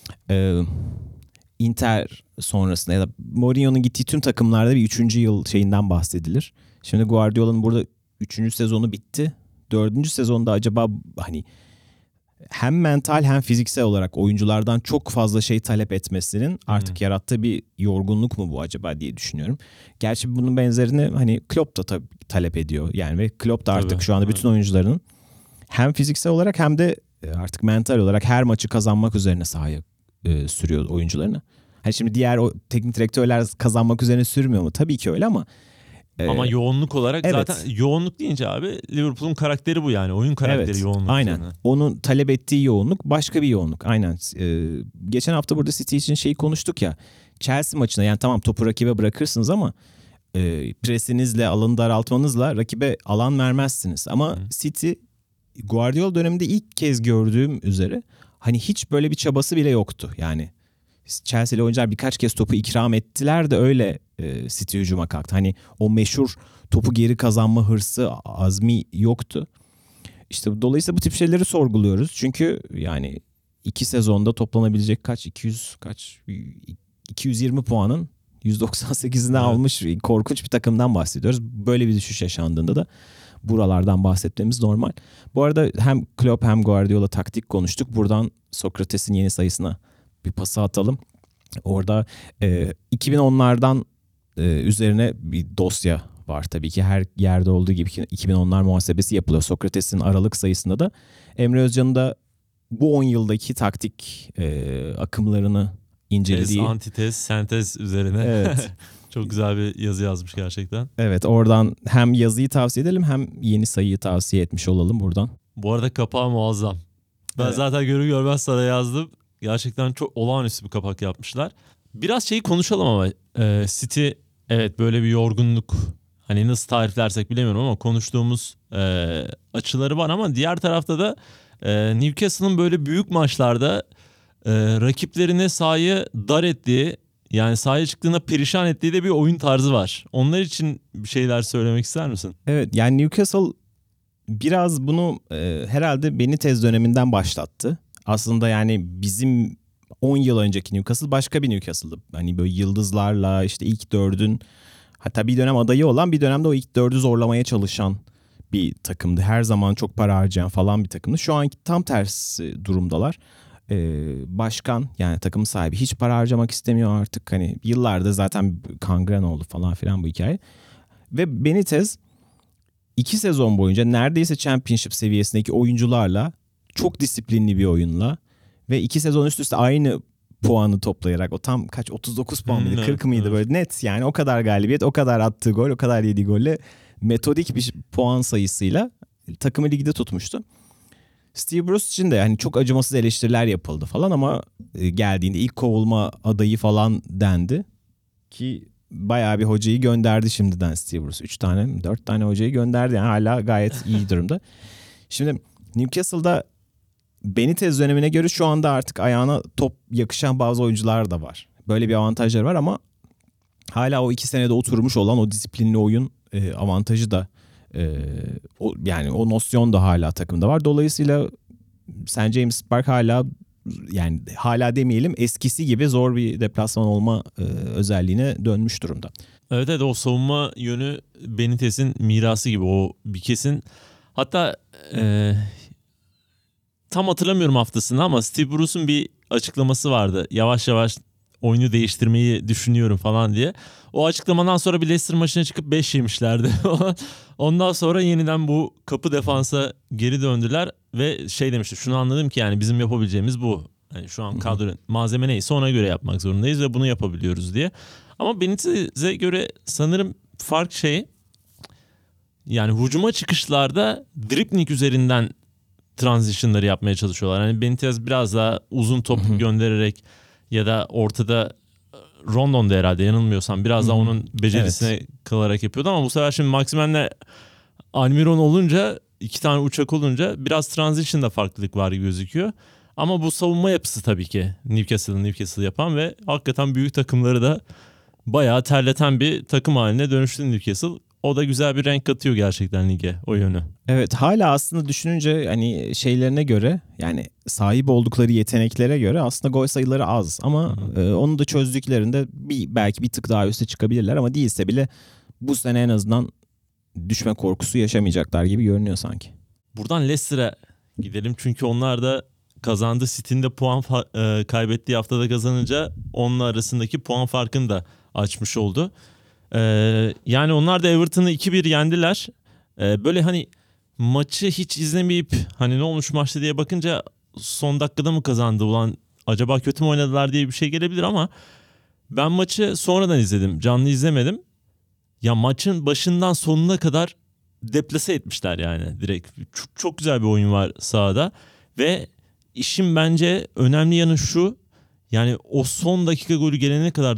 Inter sonrasında ya da Mourinho'nun gittiği tüm takımlarda bir 3. yıl şeyinden bahsedilir. Şimdi Guardiola'nın burada 3. sezonu bitti. 4. sezonda acaba hani hem mental hem fiziksel olarak oyunculardan çok fazla şey talep etmesinin artık yarattığı bir yorgunluk mu bu acaba diye düşünüyorum. Gerçi bunun benzerini hani Klopp da talep ediyor. Yani ve Klopp da artık şu anda bütün oyuncularının hem fiziksel olarak hem de artık mental olarak her maçı kazanmak üzerine sahaya sürüyor oyuncularını. Hani şimdi diğer o teknik direktörler kazanmak üzerine sürmüyor mu? Tabii ki öyle ama yoğunluk olarak evet. Zaten yoğunluk deyince abi Liverpool'un karakteri bu yani. Oyun karakteri evet, yoğunluk. aynen. Üzerine. Onun talep ettiği yoğunluk başka bir yoğunluk. Aynen. Geçen hafta burada City için şeyi konuştuk ya. Chelsea maçına yani tamam topu rakibe bırakırsınız ama presinizle, alanı daraltmanızla rakibe alan vermezsiniz. Ama City Guardiola döneminde ilk kez gördüğüm üzere hani hiç böyle bir çabası bile yoktu. Yani Chelsea'li oyuncular birkaç kez topu ikram ettiler de öyle City hücuma kalktı. Hani o meşhur topu geri kazanma hırsı, azmi yoktu. İşte dolayısıyla bu tip şeyleri sorguluyoruz. Çünkü yani 2 sezonda toplanabilecek 220 puanın 198'ini almış korkunç bir takımdan bahsediyoruz. Böyle bir düşüş yaşandığında da buralardan bahsetmemiz normal. Bu arada hem Klopp hem Guardiola taktik konuştuk. Buradan Sokrates'in yeni sayısına bir pası atalım. Orada 2010'lardan üzerine bir dosya var tabii ki. Her yerde olduğu gibi 2010'lar muhasebesi yapılıyor. Sokrates'in Aralık sayısında da Emre Özcan'ın da bu 10 yıldaki taktik akımlarını incelediği. Tez, antitez, sentez üzerine. Evet. Çok güzel bir yazı yazmış gerçekten. Evet, oradan hem yazıyı tavsiye edelim hem yeni sayıyı tavsiye etmiş olalım buradan. Bu arada kapağı muazzam. Ben zaten görür görmez sana yazdım. Gerçekten çok olağanüstü bir kapak yapmışlar. Biraz şeyi konuşalım ama City evet böyle bir yorgunluk hani nasıl tariflersek bilemiyorum ama konuştuğumuz açıları var ama diğer tarafta da Newcastle'ın böyle büyük maçlarda rakiplerine sahayı dar ettiği yani sahaya çıktığında perişan ettiği de bir oyun tarzı var. Onlar için bir şeyler söylemek ister misin? Evet yani Newcastle biraz bunu herhalde Benitez döneminden başlattı. Aslında yani bizim 10 yıl önceki Newcastle başka bir Newcastle'dı. Hani böyle yıldızlarla işte ilk dördün hatta bir dönem adayı olan bir dönemde o ilk dördü zorlamaya çalışan bir takımdı. Her zaman çok para harcayan falan bir takımdı. Şu anki tam tersi durumdalar. Başkan yani takım sahibi hiç para harcamak istemiyor artık. Hani yıllardır zaten kangren oldu falan filan bu hikaye. Ve Benitez 2 sezon boyunca neredeyse Championship seviyesindeki oyuncularla çok disiplinli bir oyunla ve 2 sezon üst üste aynı puanı toplayarak o tam 39 puan mıydı 40 mıydı böyle net yani o kadar galibiyet o kadar attığı gol o kadar yediği golle metodik bir puan sayısıyla takımı ligde tutmuştu. Steve Bruce için de hani çok acımasız eleştiriler yapıldı falan ama geldiğinde ilk kovulma adayı falan dendi ki bayağı bir hocayı gönderdi şimdiden Steve Bruce. 4 tane hocayı gönderdi yani hala gayet iyi durumda. Şimdi Newcastle'da Benitez dönemine göre şu anda artık ayağına top yakışan bazı oyuncular da var. Böyle bir avantajları var ama hala o 2 senede oturmuş olan o disiplinli oyun avantajı da yani o nosyon da hala takımda var. Dolayısıyla St. James Park hala demeyelim eskisi gibi zor bir deplasman olma özelliğine dönmüş durumda. Evet o savunma yönü Benitez'in mirası gibi o bir kesin. Hatta tam hatırlamıyorum haftasını ama Steve Bruce'un bir açıklaması vardı. Yavaş yavaş oyunu değiştirmeyi düşünüyorum falan diye. O açıklamadan sonra bir Leicester maçına çıkıp 5 yemişlerdi. Ondan sonra yeniden bu kapı defansa geri döndüler ve demişti. Şunu anladım ki yani bizim yapabileceğimiz bu. Yani şu an kadro malzeme neyse ona göre yapmak zorundayız ve bunu yapabiliyoruz diye. Ama Benitez'e göre sanırım fark yani hücuma çıkışlarda dribbling üzerinden transition'ları yapmaya çalışıyorlar. Hani Benitez biraz daha uzun top göndererek ya da ortada Rondon'da herhalde yanılmıyorsam biraz daha onun becerisine kalarak yapıyordu ama bu sefer şimdi Maximen'le Almiron olunca 2 tane uçak olunca biraz transition'da farklılık var gibi gözüküyor. Ama bu savunma yapısı tabii ki Newcastle yapan ve hakikaten büyük takımları da bayağı terleten bir takım haline dönüştü Newcastle. O da güzel bir renk katıyor gerçekten lige o yönü. Evet hala aslında düşününce hani şeylerine göre yani sahip oldukları yeteneklere göre aslında gol sayıları az ama onu da çözdüklerinde belki bir tık daha üste çıkabilirler ama değilse bile bu sene en azından düşme korkusu yaşamayacaklar gibi görünüyor sanki. Buradan Leicester'a Gidelim çünkü onlar da kazandı. City'nin de puan kaybettiği haftada kazanınca onunla arasındaki puan farkını da açmış oldu. Yani onlar da Everton'ı 2-1 yendiler. Böyle hani maçı hiç izlemeyip hani ne olmuş maçta diye bakınca son dakikada mı kazandı ulan acaba kötü mü oynadılar diye bir şey gelebilir ama ben maçı sonradan izledim. Canlı izlemedim. Ya maçın başından sonuna kadar deplase etmişler yani direkt. Çok, çok güzel bir oyun var sahada ve işin bence önemli yanı şu. Yani o son dakika golü gelene kadar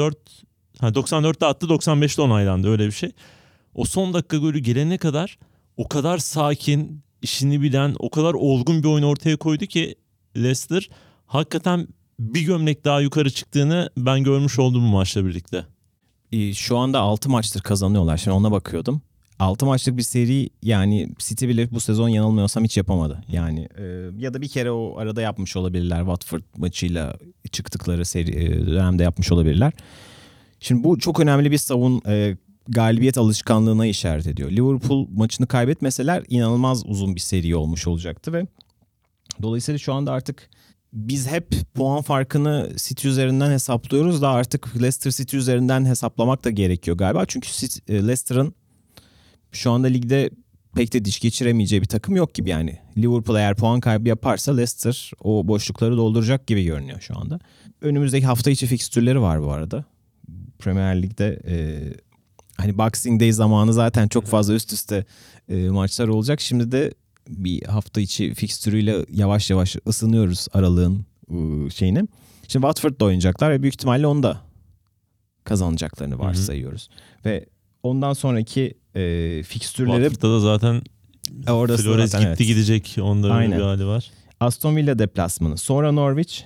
94'te attı, 95'te onaylandı öyle bir şey. O son dakika golü gelene kadar o kadar sakin, işini bilen, o kadar olgun bir oyun ortaya koydu ki Leicester hakikaten bir gömlek daha yukarı çıktığını ben görmüş oldum bu maçla birlikte. Şu anda 6 maçtır kazanıyorlar. Şimdi ona bakıyordum. 6 maçlık bir seri yani City bile bu sezon yanılmıyorsam hiç yapamadı. Yani ya da bir kere o arada yapmış olabilirler. Watford maçıyla çıktıkları seri dönemde yapmış olabilirler. Şimdi bu çok önemli bir galibiyet alışkanlığına işaret ediyor. Liverpool maçını kaybetmeseler inanılmaz uzun bir seri olmuş olacaktı ve dolayısıyla şu anda artık biz hep puan farkını City üzerinden hesaplıyoruz da artık Leicester City üzerinden hesaplamak da gerekiyor galiba. Çünkü Leicester'ın şu anda ligde pek de diş geçiremeyeceği bir takım yok gibi yani. Liverpool eğer puan kaybı yaparsa Leicester o boşlukları dolduracak gibi görünüyor şu anda. Önümüzdeki hafta içi fikstürleri var bu arada. Premier Lig'de hani Boxing Day zamanı zaten çok fazla üst üste maçlar olacak. Şimdi de bir hafta içi fikstürüyle yavaş yavaş ısınıyoruz aralığın şeyini. Şimdi Watford'da oynayacaklar ve büyük ihtimalle onu da kazanacaklarını varsayıyoruz. Ve ondan sonraki fikstürleri... Watford'da da zaten Flores gitti evet. Gidecek. Onda öyle bir hali var. Aston Villa deplasmanı. Sonra Norwich.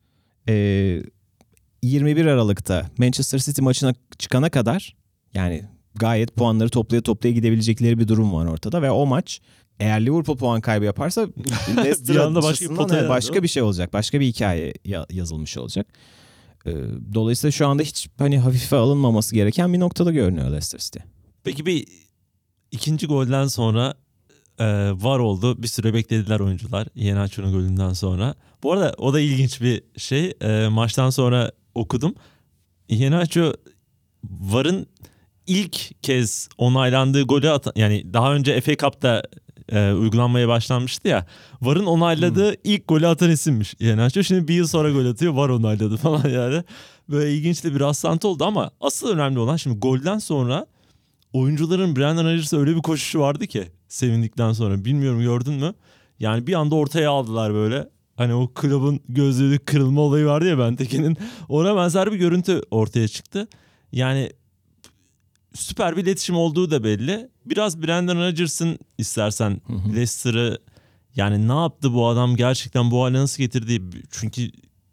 21 Aralık'ta Manchester City maçına çıkana kadar yani gayet puanları toplaya gidebilecekleri bir durum var ortada ve o maç eğer Liverpool puan kaybı yaparsa Leicester açısından başka bir şey olacak. Başka bir hikaye yazılmış olacak. Dolayısıyla şu anda hiç hani hafife alınmaması gereken bir noktada görünüyor Leicester City. Peki bir ikinci golden sonra var oldu. Bir süre beklediler oyuncular. Iheanacho'nun golünden sonra. Bu arada o da ilginç bir şey. Maçtan sonra okudum. Iheanacho VAR'ın ilk kez onaylandığı golü yani daha önce FA Cup'ta uygulanmaya başlanmıştı ya. VAR'ın onayladığı ilk golü atan isimmiş Iheanacho. Şimdi bir yıl sonra gol atıyor. VAR onayladı falan yani. Böyle ilginç de bir rastlantı oldu ama asıl önemli olan şimdi golden sonra oyuncuların Brendan Rodgers'a öyle bir koşuşu vardı ki sevindikten sonra. Bilmiyorum gördün mü? Yani bir anda ortaya aldılar böyle. Hani o kulübün gözlüğü kırılma olayı vardı ya Benteke'nin. Ona benzer bir görüntü ortaya çıktı. Yani süper bir iletişim olduğu da belli. Biraz Brendan Rodgers'ın istersen Leicester'ı yani ne yaptı bu adam gerçekten bu hale nasıl getirdi? Çünkü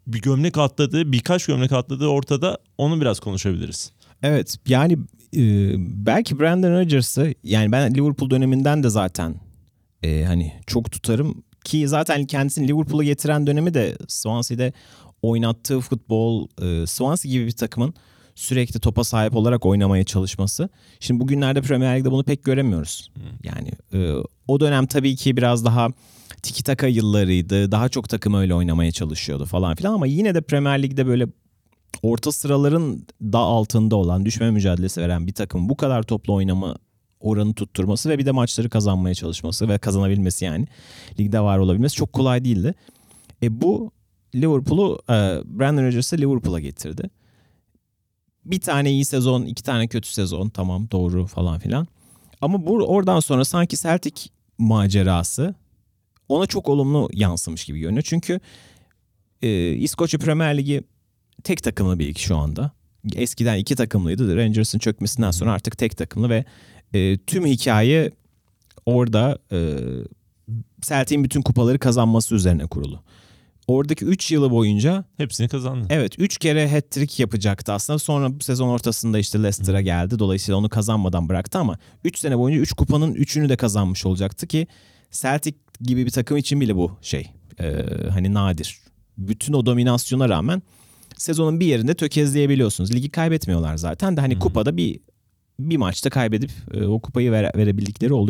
birkaç gömlek atladığı ortada, onu biraz konuşabiliriz. Evet yani belki Brendan Rodgers'ı yani ben Liverpool döneminden de zaten hani çok tutarım ki zaten kendisini Liverpool'a getiren dönemi de Swansea'de oynattığı futbol, Swansea gibi bir takımın sürekli topa sahip olarak oynamaya çalışması. Şimdi bugünlerde Premier Lig'de bunu pek göremiyoruz. Yani o dönem tabii ki biraz daha tiki taka yıllarıydı. Daha çok takım öyle oynamaya çalışıyordu falan filan ama yine de Premier Lig'de böyle orta sıraların da altında olan, düşme mücadelesi veren bir takım bu kadar toplu oynama oranı tutturması ve bir de maçları kazanmaya çalışması ve kazanabilmesi yani ligde var olabilmesi çok kolay değildi. Bu Liverpool'u Brendan Rodgers'ı Liverpool'a getirdi. Bir tane iyi sezon, 2 tane kötü sezon, tamam doğru falan filan. Ama oradan sonra sanki Celtic macerası ona çok olumlu yansımış gibi görünüyor. Çünkü İskoçya Premier Ligi tek takımlı bir lig şu anda. Eskiden 2 takımlıydı. Rangers'ın çökmesinden sonra artık tek takımlı ve tüm hikaye orada Celtic'in bütün kupaları kazanması üzerine kurulu. Oradaki 3 yılı boyunca hepsini kazandı. Evet 3 kere hat-trick yapacaktı aslında. Sonra sezon ortasında işte Leicester'a geldi. Dolayısıyla onu kazanmadan bıraktı ama 3 sene boyunca 3 kupanın 3'ünü de kazanmış olacaktı ki Celtic gibi bir takım için bile bu şey hani nadir. Bütün o dominasyona rağmen sezonun bir yerinde tökezleyebiliyorsunuz. Ligi kaybetmiyorlar zaten de hani kupada bir maçta kaybedip o kupayı verebildikleri oluyor.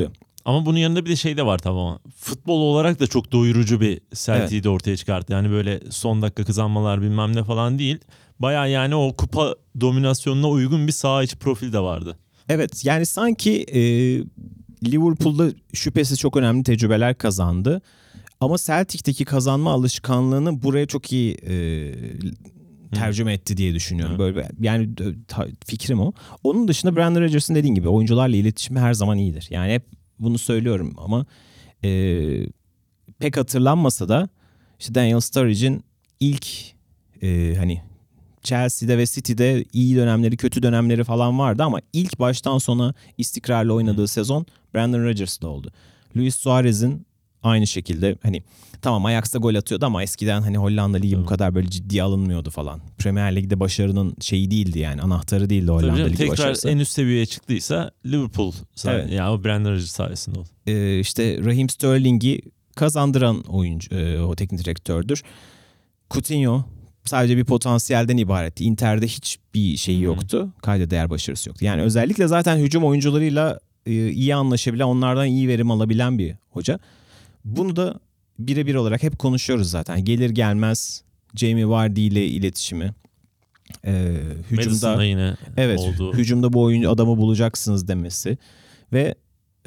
Ama bunun yanında bir de şey de var tamam. Futbol olarak da çok doyurucu bir Celtic'i de ortaya çıkarttı. Yani böyle son dakika kazanmalar bilmem ne falan değil. Baya yani o kupa dominasyonuna uygun bir saha içi profil de vardı. Evet yani sanki Liverpool'da şüphesiz çok önemli tecrübeler kazandı. Ama Celtic'teki kazanma alışkanlığını buraya çok iyi tercüme etti diye düşünüyorum. Böyle yani fikrim o. Onun dışında Brendan Rodgers'ın dediğin gibi oyuncularla iletişimi her zaman iyidir. Yani hep bunu söylüyorum ama pek hatırlanmasa da işte Daniel Sturridge'in ilk hani Chelsea'de ve City'de iyi dönemleri, kötü dönemleri falan vardı ama ilk baştan sona istikrarlı oynadığı sezon Brendan Rodgers'da oldu. Luis Suarez'in aynı şekilde hani tamam Ajax'ta gol atıyordu ama eskiden hani Hollanda Ligi bu kadar böyle ciddiye alınmıyordu falan. Premier Lig'de başarının şeyi değildi yani anahtarı değildi Hollanda Ligi tekrar başarısı. Tekrar en üst seviyeye çıktıysa Liverpool evet. yani o Brendan Rodgers sayesinde oldu. İşte Raheem Sterling'i kazandıran oyuncu o teknik direktördür. Coutinho sadece bir potansiyelden ibaretti. Inter'de hiçbir şeyi yoktu. Kayda değer başarısı yoktu. Yani özellikle zaten hücum oyuncularıyla iyi anlaşabilen, onlardan iyi verim alabilen bir hoca. Bunu da birebir olarak hep konuşuyoruz zaten. Gelir gelmez Jamie Vardy ile iletişimi. Hücumda yine oldu. Hücumda bu oyuncu adamı bulacaksınız demesi ve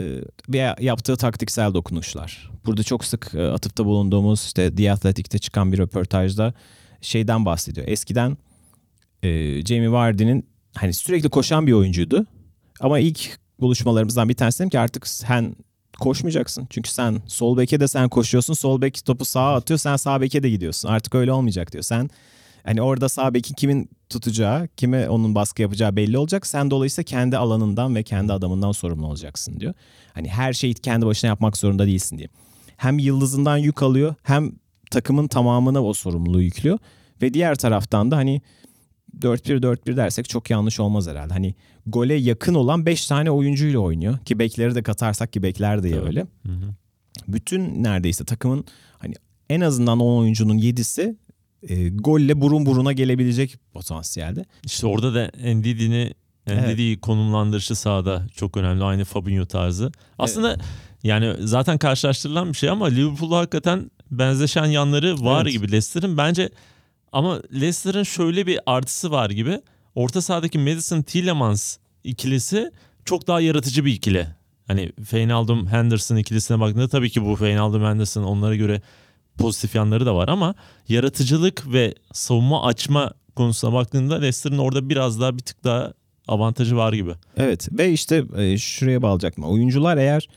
yaptığı taktiksel dokunuşlar. Burada çok sık atıfta bulunduğumuz işte The Athletic'te çıkan bir röportajda şeyden bahsediyor. Eskiden Jamie Vardy'nin hani sürekli koşan bir oyuncuydu. Ama ilk buluşmalarımızdan bir tanesi dedim ki artık sen koşmayacaksın. Çünkü sen sol beke de sen koşuyorsun. Sol bek topu sağa atıyor. Sen sağ beke de gidiyorsun. Artık öyle olmayacak diyor. Sen hani orada sağ beki kimin tutacağı, kime onun baskı yapacağı belli olacak. Sen dolayısıyla kendi alanından ve kendi adamından sorumlu olacaksın diyor. Hani her şeyi kendi başına yapmak zorunda değilsin diye. Hem yıldızından yük alıyor hem takımın tamamına o sorumluluğu yüklüyor. Ve diğer taraftan da hani 4-1-4-1 dersek çok yanlış olmaz herhalde. Hani gole yakın olan 5 tane oyuncuyla oynuyor. Ki bekleri de katarsak ki bekler de öyle. Hı-hı. Bütün neredeyse takımın hani en azından 10 oyuncunun 7'si golle burun buruna gelebilecek potansiyelde. İşte orada da Ndidi'yi konumlandırışı sahada çok önemli. Aynı Fabinho tarzı. Aslında yani zaten karşılaştırılan bir şey ama Liverpool'da hakikaten benzeşen yanları var gibi Leicester'ın. Bence ama Leicester'ın şöyle bir artısı var gibi. Orta sahadaki Maddison Tielemans ikilisi çok daha yaratıcı bir ikili. Hani Wijnaldum Henderson ikilisine baktığında tabii ki bu Wijnaldum Henderson onlara göre pozitif yanları da var ama yaratıcılık ve savunma açma konusuna baktığında Leicester'ın orada biraz daha bir tık daha avantajı var gibi. Evet ve işte şuraya bağlayacaktım. Oyuncular eğer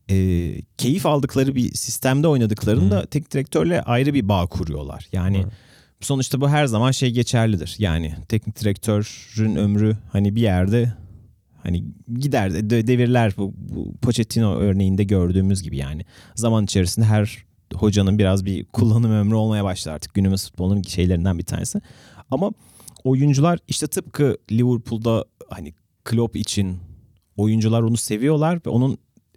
keyif aldıkları bir sistemde oynadıklarında teknik direktörle ayrı bir bağ kuruyorlar. Yani sonuçta bu her zaman şey geçerlidir. Yani teknik direktörün ömrü hani bir yerde hani gider devirler bu Pochettino örneğinde gördüğümüz gibi yani. Zaman içerisinde her hocanın biraz bir kullanım ömrü olmaya başlar artık günümüz futbolunun şeylerinden bir tanesi. Ama oyuncular işte tıpkı Liverpool'da hani Klopp için oyuncular onu seviyorlar ve onun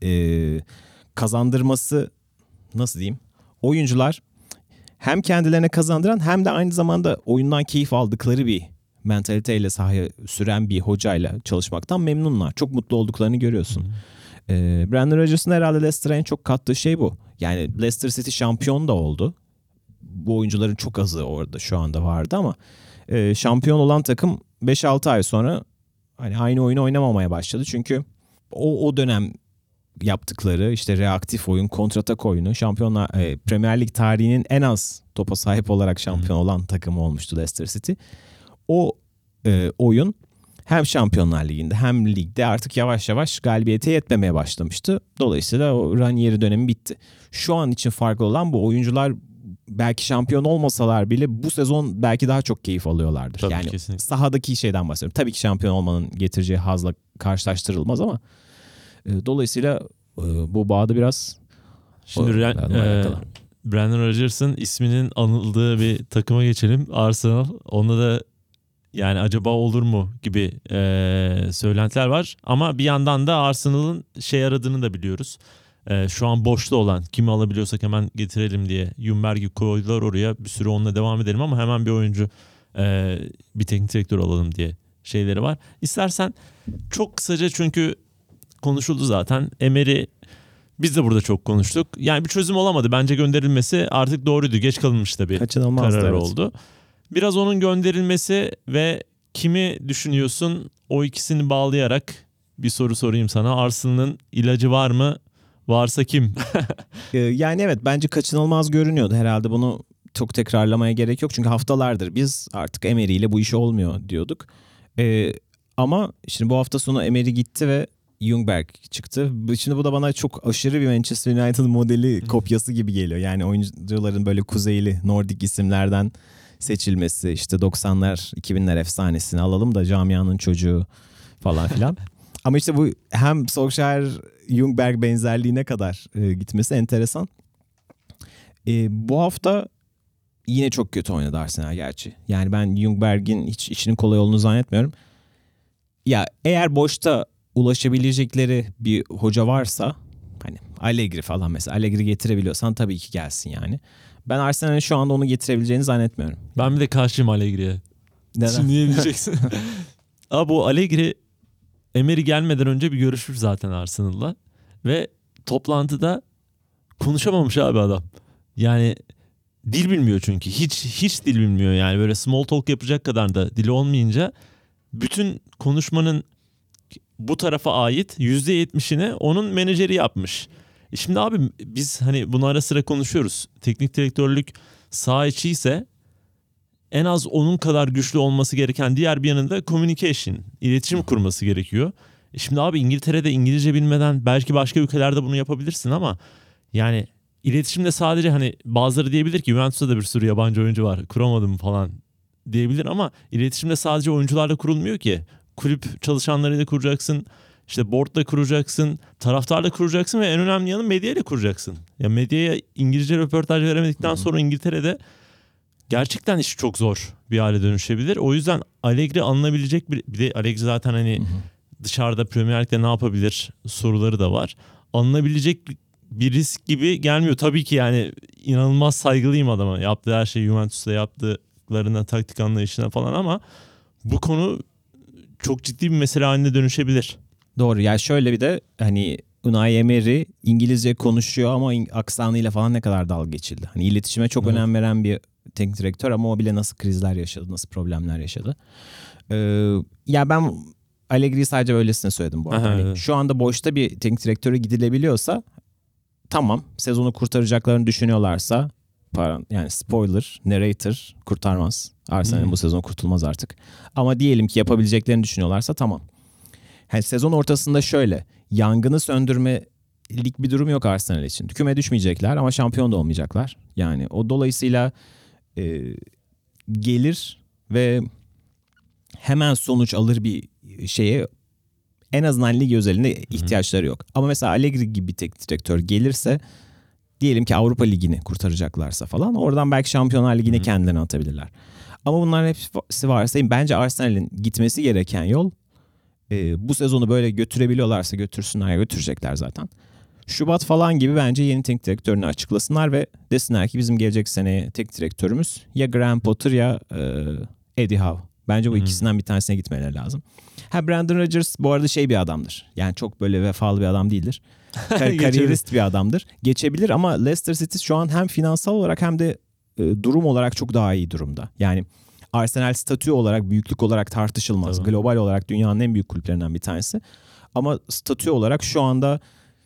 kazandırması nasıl diyeyim? Oyuncular hem kendilerine kazandıran hem de aynı zamanda oyundan keyif aldıkları bir mentaliteyle sahaya süren bir hocayla çalışmaktan memnunlar. Çok mutlu olduklarını görüyorsun. Brendan Rodgers'ın herhalde Leicester'a en çok kattığı şey bu. Yani Leicester City şampiyon da oldu. Bu oyuncuların çok azı orada şu anda vardı ama şampiyon olan takım 5-6 ay sonra hani aynı oyunu oynamamaya başladı. Çünkü o dönem yaptıkları işte reaktif oyun, kontratak oyunu Şampiyonlar Premier Lig tarihinin en az topa sahip olarak şampiyon olan takımı olmuştu Leicester City. O oyun hem Şampiyonlar Ligi'nde hem ligde artık yavaş yavaş galibiyete yetmemeye başlamıştı. Dolayısıyla o Ranieri dönemi bitti. Şu an için farklı olan bu oyuncular belki şampiyon olmasalar bile bu sezon belki daha çok keyif alıyorlardır. Tabii, yani kesinlikle. Sahadaki şeyden bahsediyorum. Tabii ki şampiyon olmanın getireceği hazla karşılaştırılmaz ama dolayısıyla bu bağda biraz şimdi Brendan Rodgers'ın isminin anıldığı bir takıma geçelim. Arsenal. Onda da yani acaba olur mu gibi söylentiler var. Ama bir yandan da Arsenal'ın şey aradığını da biliyoruz. Şu an boşta olan kimi alabiliyorsak hemen getirelim diye Ljungberg'i koydular oraya. Bir süre onunla devam edelim ama hemen bir oyuncu bir teknik direktör alalım diye şeyleri var. İstersen çok kısaca çünkü konuşuldu zaten. Emery Biz de burada çok konuştuk. Yani bir çözüm olamadı. Bence gönderilmesi artık doğruydu. Geç kalınmış da bir Kaçınılmazdı, karar evet. oldu. Biraz onun gönderilmesi ve kimi düşünüyorsun, o ikisini bağlayarak bir soru sorayım sana. Arsenal'ın ilacı var mı? Varsa kim? Yani evet, bence kaçınılmaz görünüyordu. Herhalde bunu çok tekrarlamaya gerek yok. Çünkü haftalardır biz artık Emery ile bu iş olmuyor diyorduk. Ama şimdi bu hafta sonu Emery gitti ve Ljungberg çıktı. Şimdi bu da bana çok aşırı bir Manchester United modeli kopyası gibi geliyor. Yani oyuncuların böyle kuzeyli Nordik isimlerden seçilmesi, işte 90'lar 2000'ler efsanesini alalım da camianın çocuğu falan filan. Ama işte bu hem Solskjaer Ljungberg benzerliğine kadar gitmesi enteresan. Bu hafta yine çok kötü oynadı Arsenal gerçi. Yani ben Ljungberg'in hiç işinin kolay olduğunu zannetmiyorum. Ya eğer boşta ulaşabilecekleri bir hoca varsa, hani Allegri falan mesela, Allegri getirebiliyorsan tabii ki gelsin yani. Ben Arsenal'in şu anda onu getirebileceğini zannetmiyorum. Ben bir de karşıyım Allegri'ye. Neden? Şimdi niye diyeceksin? Abi bu Allegri Emery gelmeden önce bir görüşür zaten Arsenal'la. Ve toplantıda konuşamamış abi adam. Yani dil bilmiyor çünkü. Hiç dil bilmiyor yani. Böyle small talk yapacak kadar da dili olmayınca bütün konuşmanın bu tarafa ait %70'ini onun menajeri yapmış. Şimdi abi biz hani bunu ara sıra konuşuyoruz. Teknik direktörlük saha içi ise en az onun kadar güçlü olması gereken diğer bir yanında communication, iletişim kurması gerekiyor. Şimdi abi İngiltere'de İngilizce bilmeden belki başka ülkelerde bunu yapabilirsin ama yani iletişimde sadece hani bazıları diyebilir ki Juventus'ta da bir sürü yabancı oyuncu var, kuramadım falan diyebilir ama iletişimde sadece oyuncularla kurulmuyor ki. Kulüp çalışanlarıyla kuracaksın, işte board'la kuracaksın, taraftarla kuracaksın ve en önemli yanı medyayla kuracaksın. Ya medyaya İngilizce röportaj veremedikten sonra İngiltere'de gerçekten iş çok zor bir hale dönüşebilir. O yüzden Allegri alınabilecek bir de Allegri zaten hani dışarıda Premier Lig'de ne yapabilir soruları da var. Alınabilecek bir risk gibi gelmiyor. Tabii ki yani inanılmaz saygılıyım adama. Yaptığı her şey Juventus'ta yaptıklarına, taktik anlayışına falan ama bu konu çok ciddi bir mesele haline dönüşebilir. Doğru. Yani şöyle bir de hani Unai Emery İngilizce konuşuyor ama aksanıyla falan ne kadar dalga geçildi. Hani iletişime çok önem veren bir teknik direktör ama o bile nasıl krizler yaşadı, nasıl problemler yaşadı. Ya ben Allegri'yi sadece öylesine söyledim bu arada. Hani şu anda boşta bir teknik direktöre gidilebiliyorsa tamam, sezonu kurtaracaklarını düşünüyorlarsa, yani spoiler, narrator kurtarmaz. Arsenal'in bu sezon kurtulmaz artık. Ama diyelim ki yapabileceklerini düşünüyorlarsa tamam. Yani sezon ortasında şöyle yangını söndürmelik bir durum yok Arsenal için. Küme düşmeyecekler ama şampiyon da olmayacaklar. Yani o dolayısıyla gelir ve hemen sonuç alır bir şeye en azından lig özelinde ihtiyaçları yok. Ama mesela Allegri gibi bir teknik direktör gelirse, diyelim ki Avrupa Ligi'ni kurtaracaklarsa falan, oradan belki Şampiyonlar Ligi'ne kendilerini atabilirler. Ama bunların hepsi varsa bence Arsenal'in gitmesi gereken yol, bu sezonu böyle götürebiliyorlarsa götürsünler, götürecekler zaten. Şubat falan gibi bence yeni teknik direktörünü açıklasınlar ve desinler ki bizim gelecek seneye teknik direktörümüz ya Graham Potter ya Eddie Howe. Bence bu ikisinden bir tanesine gitmeleri lazım. Brandon Rodgers bu arada bir adamdır. Yani çok böyle vefalı bir adam değildir. Kariyerist bir adamdır. Geçebilir ama Leicester City şu an hem finansal olarak hem de durum olarak çok daha iyi durumda. Yani Arsenal statü olarak, büyüklük olarak tartışılmaz. Tabii. Global olarak dünyanın en büyük kulüplerinden bir tanesi. Ama statü olarak şu anda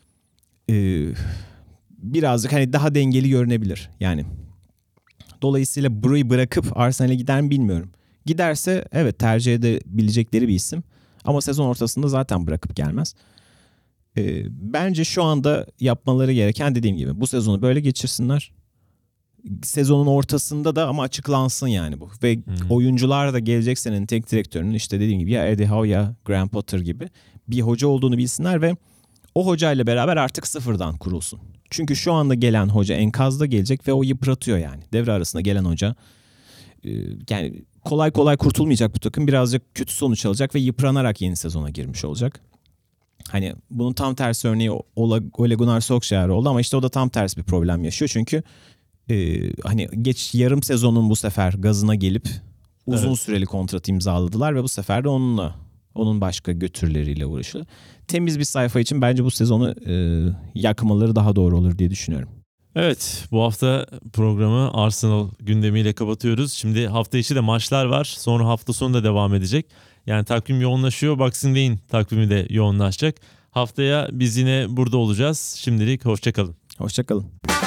birazcık hani daha dengeli görünebilir. Yani dolayısıyla burayı bırakıp Arsenal'e gider mi bilmiyorum. Giderse evet tercih edebilecekleri bir isim. Ama sezon ortasında zaten bırakıp gelmez. Bence şu anda yapmaları gereken, dediğim gibi, bu sezonu böyle geçirsinler. Sezonun ortasında da ama açıklansın yani bu. Ve oyuncular da gelecek senenin teknik direktörünün işte dediğim gibi ya Eddie Howe ya Graham Potter gibi bir hoca olduğunu bilsinler ve o hocayla beraber artık sıfırdan kurulsun. Çünkü şu anda gelen hoca enkazda gelecek ve o yıpratıyor yani. Devre arasında gelen hoca yani kolay kolay kurtulmayacak bu takım. Birazcık kötü sonuç alacak ve yıpranarak yeni sezona girmiş olacak. Hani bunun tam tersi örneği Ole Gunnar Solskjaer oldu ama işte o da tam tersi bir problem yaşıyor. Çünkü hani yarım sezonun bu sefer gazına gelip uzun süreli kontrat imzaladılar ve bu sefer de onunla Onun başka götürleriyle uğraşıyor. Temiz bir sayfa için bence bu sezonu yakmaları daha doğru olur diye düşünüyorum. Evet, bu hafta programı Arsenal gündemiyle kapatıyoruz. Şimdi hafta içi de maçlar var. Sonra hafta sonu da devam edecek. Yani takvim yoğunlaşıyor. Boxing Day'in takvimi de yoğunlaşacak. Haftaya biz yine burada olacağız. Şimdilik hoşça kalın. Hoşça kalın.